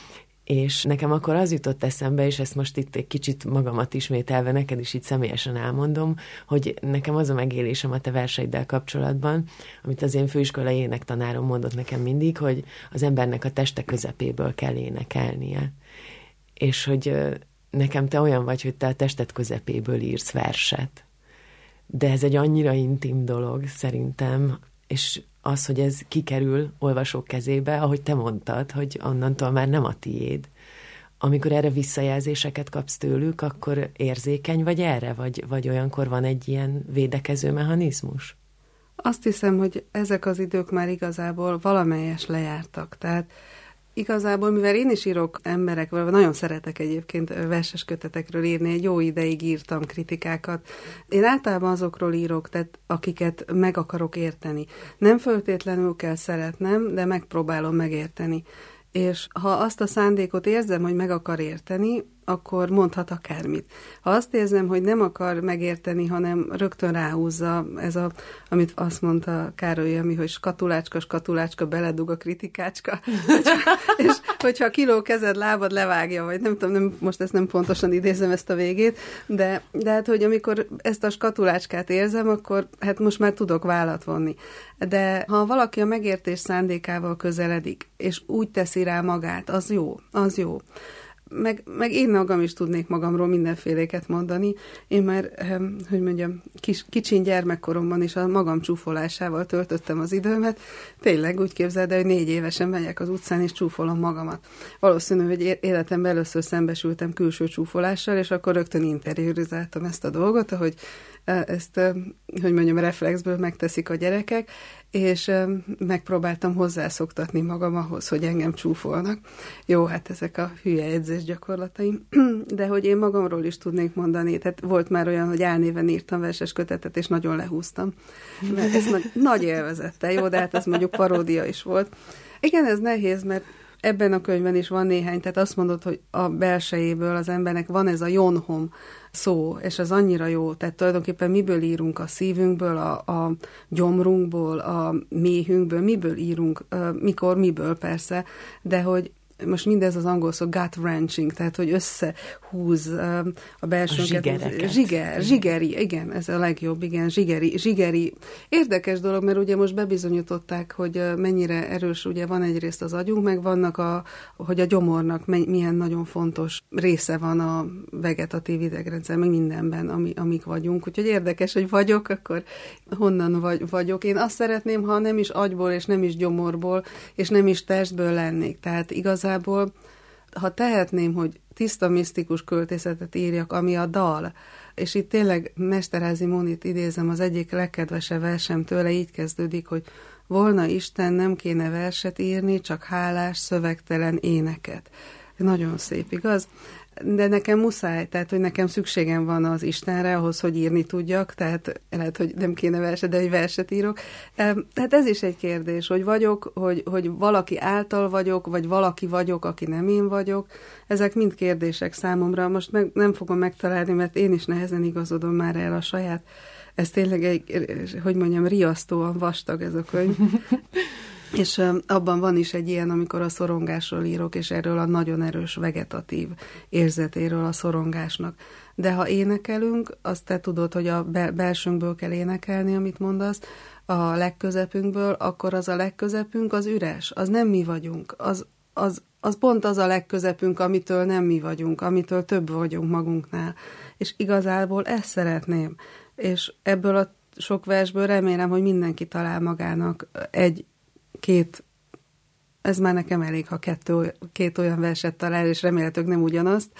És nekem akkor az jutott eszembe, és ezt most itt egy kicsit magamat ismételve, neked is itt személyesen elmondom, hogy nekem az a megélésem a te verseiddel kapcsolatban, amit az én főiskolai énektanárom mondott nekem mindig, hogy az embernek a teste közepéből kell énekelnie. És hogy nekem te olyan vagy, hogy te a tested közepéből írsz verset. De ez egy annyira intim dolog szerintem, és az, hogy ez kikerül olvasók kezébe, ahogy te mondtad, hogy onnantól már nem a tiéd. Amikor erre visszajelzéseket kapsz tőlük, akkor érzékeny vagy erre, vagy olyankor van egy ilyen védekező mechanizmus? Azt hiszem, hogy ezek az idők már igazából valamelyes lejártak. Tehát igazából, mivel én is írok emberekről, nagyon szeretek egyébként verses kötetekről írni, egy jó ideig írtam kritikákat. Én általában azokról írok, tehát akiket meg akarok érteni. Nem feltétlenül kell szeretnem, de megpróbálom megérteni. És ha azt a szándékot érzem, hogy meg akar érteni, akkor mondhat akármit. Ha azt érzem, hogy nem akar megérteni, hanem rögtön ráhúzza, amit azt mondta Károly Emi, hogy skatulácska, beledug a kritikácska, és hogyha kiló kezed, lábad levágja, vagy nem tudom, most ezt nem pontosan idézem ezt a végét, de hát, hogy amikor ezt a skatulácskát érzem, akkor hát most már tudok vállat vonni. De ha valaki a megértés szándékával közeledik, és úgy teszi rá magát, az jó. Meg én magam is tudnék magamról mindenféléket mondani. Én már, kicsin gyermekkoromban is a magam csúfolásával töltöttem az időmet. Tényleg úgy képzeld el, hogy 4 évesen megyek az utcán, és csúfolom magamat. Valószínű, hogy életemben először szembesültem külső csúfolással, és akkor rögtön interiorizáltam ezt a dolgot, ahogy ezt, reflexből megteszik a gyerekek, és megpróbáltam hozzászoktatni magam ahhoz, hogy engem csúfolnak. Jó, hát ezek a hülye edzés gyakorlataim, de hogy én magamról is tudnék mondani, tehát volt már olyan, hogy álnéven írtam verses kötetet, és nagyon lehúztam. Mert ez nagy élvezettel, jó, de hát ez mondjuk paródia is volt. Igen, ez nehéz, mert ebben a könyvben is van néhány, tehát azt mondod, hogy a belsejéből az embernek van ez a jonhom szó, és az annyira jó, tehát tulajdonképpen miből írunk, a szívünkből, a gyomrunkból, a méhünkből, miből írunk, mikor, miből persze, de hogy most mindez az angol szó gut-wrenching, tehát hogy összehúz a belsőnket. Zsigeri, igen, ez a legjobb, igen, zsigeri. Érdekes dolog, mert ugye most bebizonyították, hogy mennyire erős, ugye van egyrészt az agyunk, meg vannak hogy a gyomornak milyen nagyon fontos része van a vegetatív idegrendszer, meg mindenben, amik vagyunk. Úgyhogy érdekes, hogy vagyok, akkor honnan vagyok. Én azt szeretném, ha nem is agyból, és nem is gyomorból, és nem is testből lennék. Tehát igazából, ha tehetném, hogy tiszta misztikus költészetet írjak, ami a dal, és itt tényleg Mesterházy Mónit idézem, az egyik legkedvesebb versem tőle, így kezdődik, hogy volna Isten, nem kéne verset írni, csak hálás, szövegtelen éneket. Nagyon szép, igaz? De nekem muszáj, tehát, hogy nekem szükségem van az Istenre ahhoz, hogy írni tudjak, tehát lehet, hogy nem kéne verset, de egy verset írok. Tehát ez is egy kérdés, hogy vagyok, hogy valaki által vagyok, vagy valaki vagyok, aki nem én vagyok. Ezek mind kérdések számomra. Most nem fogom megtalálni, mert én is nehezen igazodom már el a saját. Ez tényleg riasztóan vastag ez a könyv. És abban van is egy ilyen, amikor a szorongásról írok, és erről a nagyon erős vegetatív érzetéről a szorongásnak. De ha énekelünk, azt te tudod, hogy a belsőnkből kell énekelni, amit mondasz, a legközepünkből, akkor az a legközepünk az üres, az nem mi vagyunk, az pont az a legközepünk, amitől nem mi vagyunk, amitől több vagyunk magunknál. És igazából ezt szeretném. És ebből a sok versből remélem, hogy mindenki talál magának két, ez már nekem elég, ha két olyan verset talál, és remélhetőleg nem ugyanazt,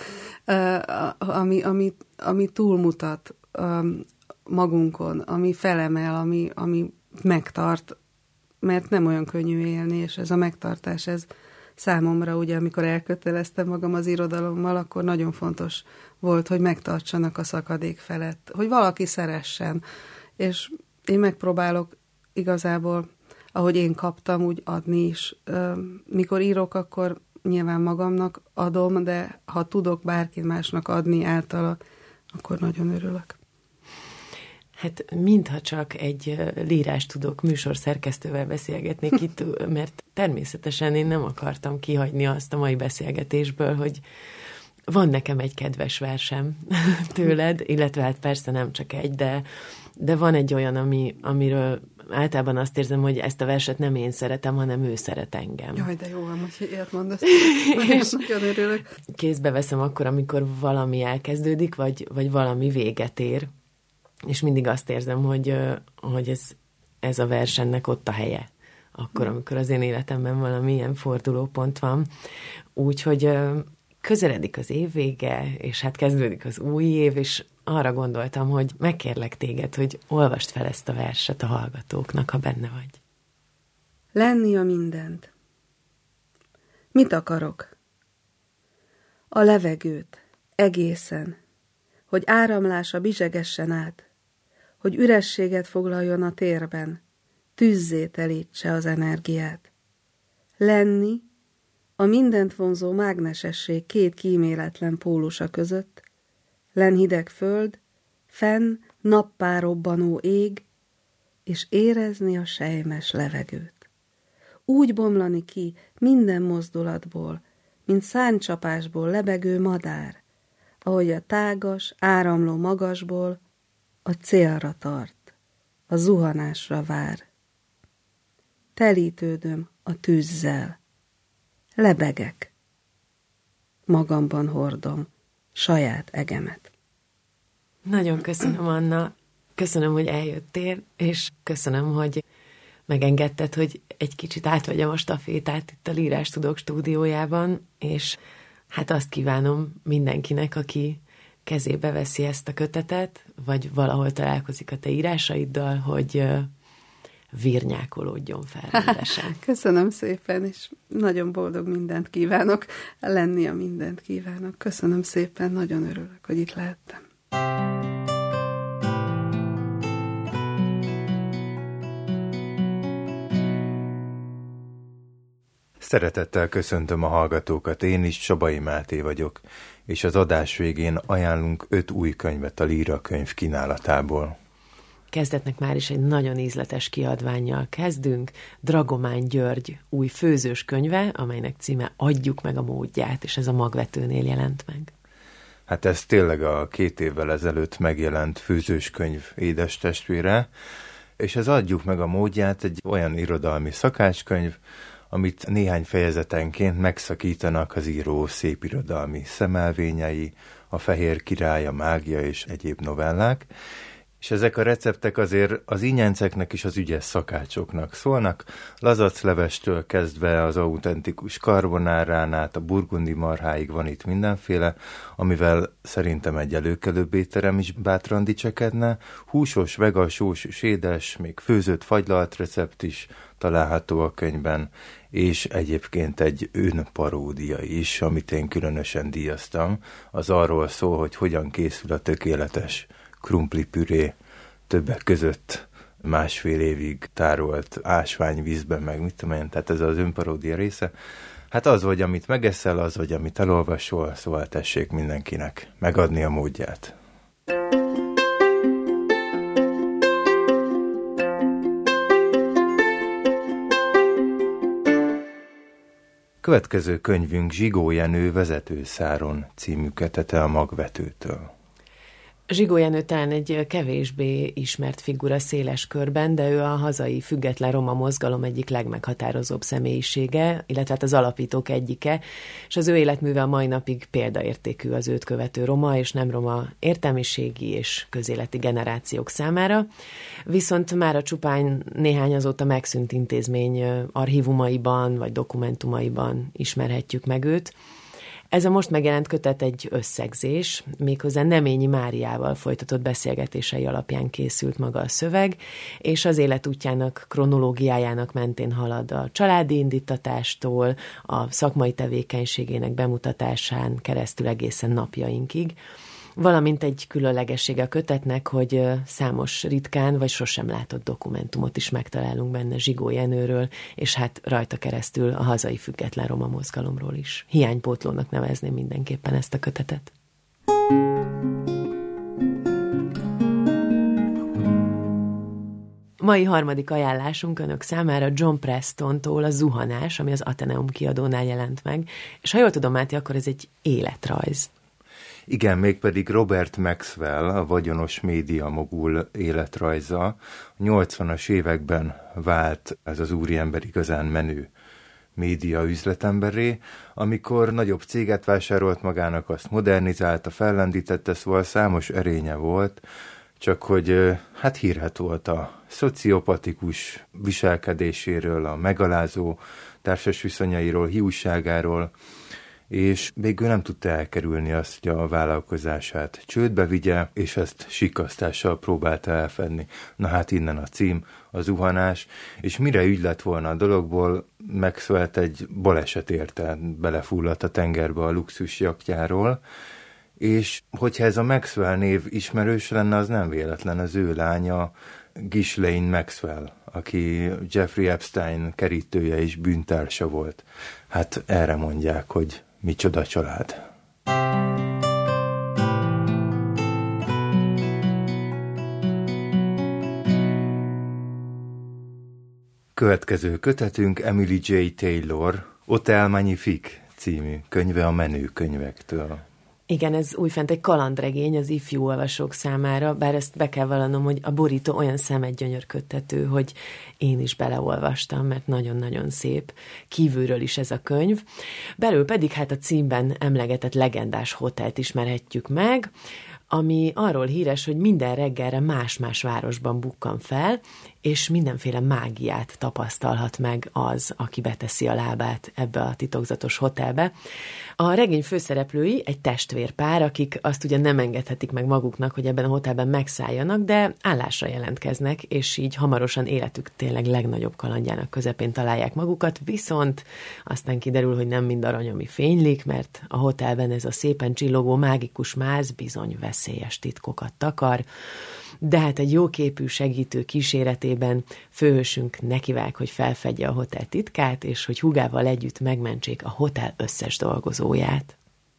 ami túlmutat magunkon, ami felemel, ami megtart, mert nem olyan könnyű élni, és ez a megtartás, ez számomra, ugye, amikor elköteleztem magam az irodalommal, akkor nagyon fontos volt, hogy megtartsanak a szakadék felett, hogy valaki szeressen, és én megpróbálok igazából, ahogy én kaptam, úgy adni is. Mikor írok, akkor nyilván magamnak adom, de ha tudok bárki másnak adni általa, akkor nagyon örülök. Hát mintha csak egy lírástudók műsorszerkesztővel beszélgetnék itt, mert természetesen én nem akartam kihagyni azt a mai beszélgetésből, hogy van nekem egy kedves versem tőled, illetve hát persze nem csak egy, de van egy olyan, amiről általában azt érzem, hogy ezt a verset nem én szeretem, hanem ő szeret engem. Jaj, de jó van, hogy ilyet mondasz. Nagyon örülök. Kézbe veszem akkor, amikor valami elkezdődik, vagy valami véget ér, és mindig azt érzem, hogy ez a versennek ott a helye. Akkor, amikor az én életemben valamilyen fordulópont van. Úgyhogy közeledik az év vége, és hát kezdődik az új év, és arra gondoltam, hogy megkérlek téged, hogy olvasd fel ezt a verset a hallgatóknak, ha benne vagy. Lenni a mindent. Mit akarok? A levegőt, egészen, hogy áramlása bizsegessen át, hogy ürességet foglaljon a térben, tűzzé telítse az energiát. Lenni, a mindent vonzó mágnesesség két kíméletlen pólusa között, len hideg föld, fenn nappá robbanó ég, és érezni a selymes levegőt. Úgy bomlani ki minden mozdulatból, mint szárnycsapásból lebegő madár, ahogy a tágas, áramló magasból a célra tart, a zuhanásra vár. Telítődöm a tűzzel, lebegek, magamban hordom saját egemet. Nagyon köszönöm, Anna, köszönöm, hogy eljöttél, és köszönöm, hogy megengedted, hogy egy kicsit átvegyem a stafétát itt a Lírás Tudok stúdiójában, és hát azt kívánom mindenkinek, aki kezébe veszi ezt a kötetet, vagy valahol találkozik a te írásaiddal, hogy virnyákolódjon fel rendesen. Köszönöm szépen, és nagyon boldog mindent kívánok, lenni a mindent kívánok. Köszönöm szépen, nagyon örülök, hogy itt lehettem. Szeretettel köszöntöm a hallgatókat, én is Csabai Máté vagyok, és az adás végén ajánlunk 5 új könyvet a Líra könyv kínálatából. Kezdetnek már is egy nagyon ízletes kiadvánnyal kezdünk. Dragomány György új főzős könyve, amelynek címe Adjuk meg a módját, és ez a Magvetőnél jelent meg. Hát ez tényleg a 2 évvel ezelőtt megjelent főzős könyv édestestvére, és ez Adjuk meg a módját egy olyan irodalmi szakácskönyv, amit néhány fejezetenként megszakítanak az író szépirodalmi szemelvényei, a Fehér király, a mágia és egyéb novellák, és ezek a receptek azért az ínyenceknek és az ügyes szakácsoknak szólnak, lazaclevestől kezdve az autentikus karbonárán át a burgundi marháig van itt mindenféle, amivel szerintem egy előkelőbb étterem is bátran dicsekedne, húsos, vegasós, édes, még főzött fagylalt recept is található a könyvben, és egyébként egy önparódia is, amit én különösen díjaztam. Az arról szól, hogy hogyan készül a tökéletes krumplipüré, többek között 1,5 évig tárolt ásványvízben, meg mit tudom én, tehát ez az önparódia része. Hát az vagy, amit megeszel, az vagy, amit elolvasol, szóval tessék mindenkinek megadni a módját. Következő könyvünk Zsigó Jenő Vezetőszáron című kötete a Magvetőtől. Zsigó Jenő talán egy kevésbé ismert figura széles körben, de ő a hazai független roma mozgalom egyik legmeghatározóbb személyisége, illetve hát az alapítók egyike, és az ő életműve a mai napig példaértékű az őt követő roma és nem roma értelmiségi és közéleti generációk számára, viszont mára csupán néhány azóta megszűnt intézmény archívumaiban vagy dokumentumaiban ismerhetjük meg őt. Ez a most megjelent kötet egy összegzés, méghozzá Neményi Máriával folytatott beszélgetései alapján készült maga a szöveg, és az életútjának, kronológiájának mentén halad a családi indítatástól, a szakmai tevékenységének bemutatásán keresztül egészen napjainkig, valamint egy különlegessége a kötetnek, hogy számos ritkán vagy sosem látott dokumentumot is megtalálunk benne Zsigó Jenőről, és hát rajta keresztül a hazai független roma mozgalomról is. Hiánypótlónak nevezném mindenképpen ezt a kötetet. Mai harmadik ajánlásunk önök számára John Prestontól a Zuhanás, ami az Atheneum kiadónál jelent meg, és ha jól tudom, Máté, akkor ez egy életrajz. Igen, mégpedig Robert Maxwell, a vagyonos médiamogul életrajza. A 80-as években vált ez az úriember igazán menő média üzletemberré, amikor nagyobb céget vásárolt magának, azt modernizálta, fellendítette, szóval számos erénye volt, csak hogy hát hírhedt volt a szociopatikus viselkedéséről, a megalázó társas viszonyairól, hiúságáról, és végül nem tudta elkerülni azt, hogy a vállalkozását csődbe vigye, és ezt sikasztással próbálta elfedni. Na hát innen a cím, a Zuhanás, és mire ügy lett volna a dologból, Maxwell egy baleset érte, belefulladt a tengerbe a luxus jachtjáról, és hogyha ez a Maxwell név ismerős lenne, az nem véletlen, az ő lánya, Ghislaine Maxwell, aki Jeffrey Epstein kerítője és bűntársa volt. Hát erre mondják, hogy micsoda család. Következő kötetünk Emily J. Taylor, Hôtel Magnifique című könyve a menő könyvektől. Igen, ez újfent egy kalandregény az ifjú olvasók számára, bár ezt be kell vallanom, hogy a borító olyan szemedgyönyörködtető, hogy én is beleolvastam, mert nagyon-nagyon szép. Kívülről is ez a könyv. Belül pedig hát a címben emlegetett legendás hotelt ismerhetjük meg, ami arról híres, hogy minden reggelre más-más városban bukkan fel, és mindenféle mágiát tapasztalhat meg az, aki beteszi a lábát ebbe a titokzatos hotelbe. A regény főszereplői egy testvérpár, akik azt ugye nem engedhetik meg maguknak, hogy ebben a hotelben megszálljanak, de állásra jelentkeznek, és így hamarosan életük tényleg legnagyobb kalandjának közepén találják magukat, viszont aztán kiderül, hogy nem mind arany, ami fénylik, mert a hotelben ez a szépen csillogó mágikus máz bizony veszélyes titkokat takar, de hát egy jóképű segítő kíséretében főhősünk nekivág, hogy felfedje a hotel titkát, és hogy húgával együtt megmentsék a hotel összes dolgozóját.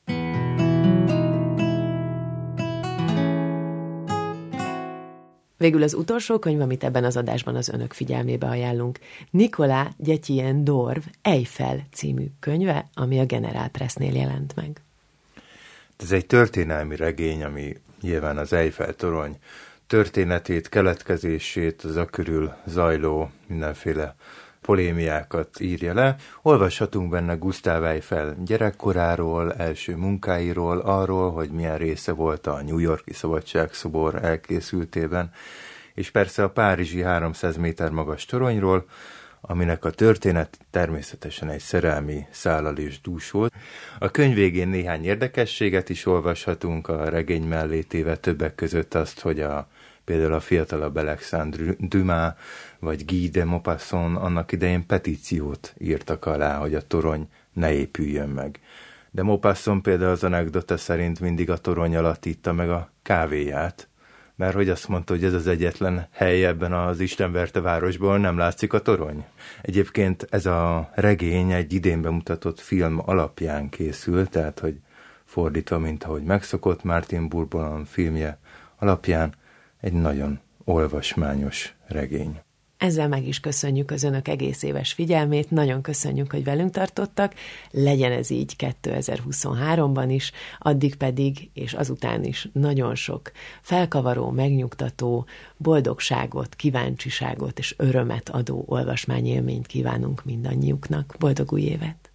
Végül az utolsó könyv, amit ebben az adásban az önök figyelmébe ajánlunk, Nicolas Déthién d'Orve Eiffel című könyve, ami a General Pressnél jelent meg. Ez egy történelmi regény, ami nyilván az Eiffel torony történetét, keletkezését, az körül zajló mindenféle polémiákat írja le. Olvashatunk benne Gustave Eiffel gyerekkoráról, első munkáiról, arról, hogy milyen része volt a New York-i Szabadságszobor elkészültében, és persze a párizsi 300 méter magas toronyról, aminek a történet természetesen egy szerelmi szállal is dúsult. A könyv végén néhány érdekességet is olvashatunk a regény mellé téve, többek között azt, hogy például a fiatalabb Alexandre Dumas vagy Guy de Maupassant annak idején petíciót írtak alá, hogy a torony ne épüljön meg. De Maupassant például az anekdota szerint mindig a torony alatt itta meg a kávéját, mert hogy azt mondta, hogy ez az egyetlen hely ebben az istenverte városból, nem látszik a torony. Egyébként ez a regény egy idén bemutatott film alapján készült, tehát hogy fordítva, mint ahogy megszokott, Martin Bourboulon filmje alapján egy nagyon olvasmányos regény. Ezzel meg is köszönjük az önök egész éves figyelmét, nagyon köszönjük, hogy velünk tartottak, legyen ez így 2023-ban is, addig pedig, és azután is nagyon sok felkavaró, megnyugtató, boldogságot, kíváncsiságot és örömet adó olvasmányélményt kívánunk mindannyiuknak. Boldog új évet!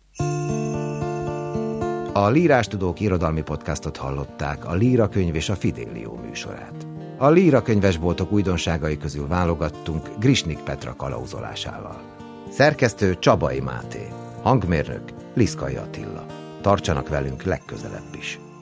A Lírástudók irodalmi podcastot hallották, a Líra könyv és a Fidelio műsorát. A Líra könyvesboltok újdonságai közül válogattunk Grisnik Petra kalauzolásával. Szerkesztő Csabai Máté, hangmérnök Liszkai Attila. Tartsanak velünk legközelebb is!